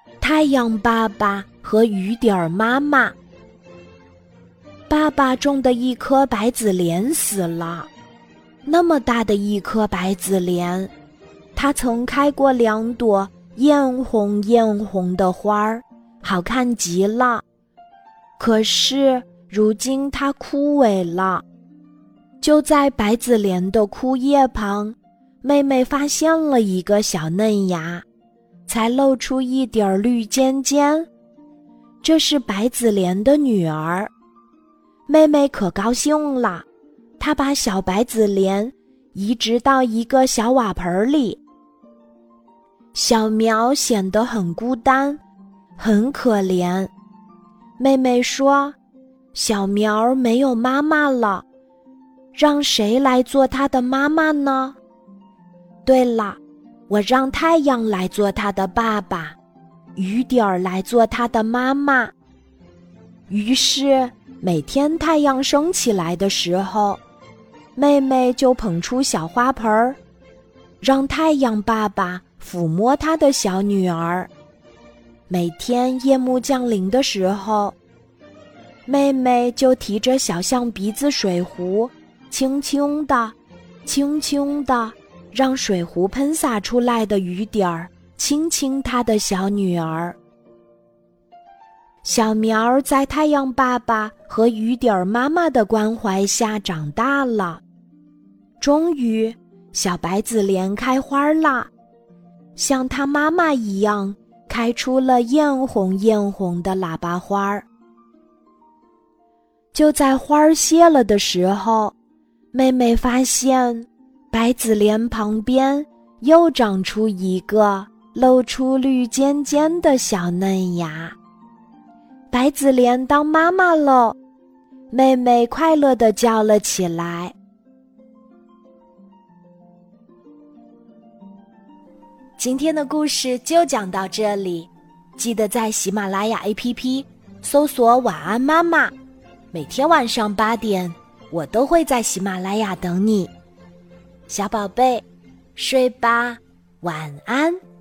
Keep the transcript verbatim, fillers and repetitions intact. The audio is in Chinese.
太阳爸爸和雨点儿妈妈。爸爸种的一棵白紫莲死了，那么大的一棵白紫莲，它曾开过两朵艳红艳红的花儿，好看极了。可是如今它枯萎了。就在白紫莲的枯叶旁，妹妹发现了一个小嫩芽，才露出一点绿尖尖。这是白紫莲的女儿。妹妹可高兴了，她把小白紫莲移植到一个小瓦盆里。小苗显得很孤单，很可怜。妹妹说，小苗没有妈妈了，让谁来做她的妈妈呢？对了，我让太阳来做她的爸爸，雨点儿来做她的妈妈。于是每天太阳升起来的时候，妹妹就捧出小花盆儿，让太阳爸爸抚摸她的小女儿。每天夜幕降临的时候，妹妹就提着小象鼻子水壶，轻轻地轻轻地让水壶喷洒出来的雨点儿亲亲她的小女儿。小苗在太阳爸爸和雨点儿妈妈的关怀下长大了。终于，小白紫莲开花了，像她妈妈一样开出了艳红艳红的喇叭花。就在花儿谢了的时候，妹妹发现白紫莲旁边又长出一个露出绿尖尖的小嫩芽。白紫莲当妈妈喽！妹妹快乐地叫了起来。今天的故事就讲到这里，记得在喜马拉雅 A P P 搜索晚安妈妈，每天晚上八点，我都会在喜马拉雅等你。小宝贝，睡吧，晚安。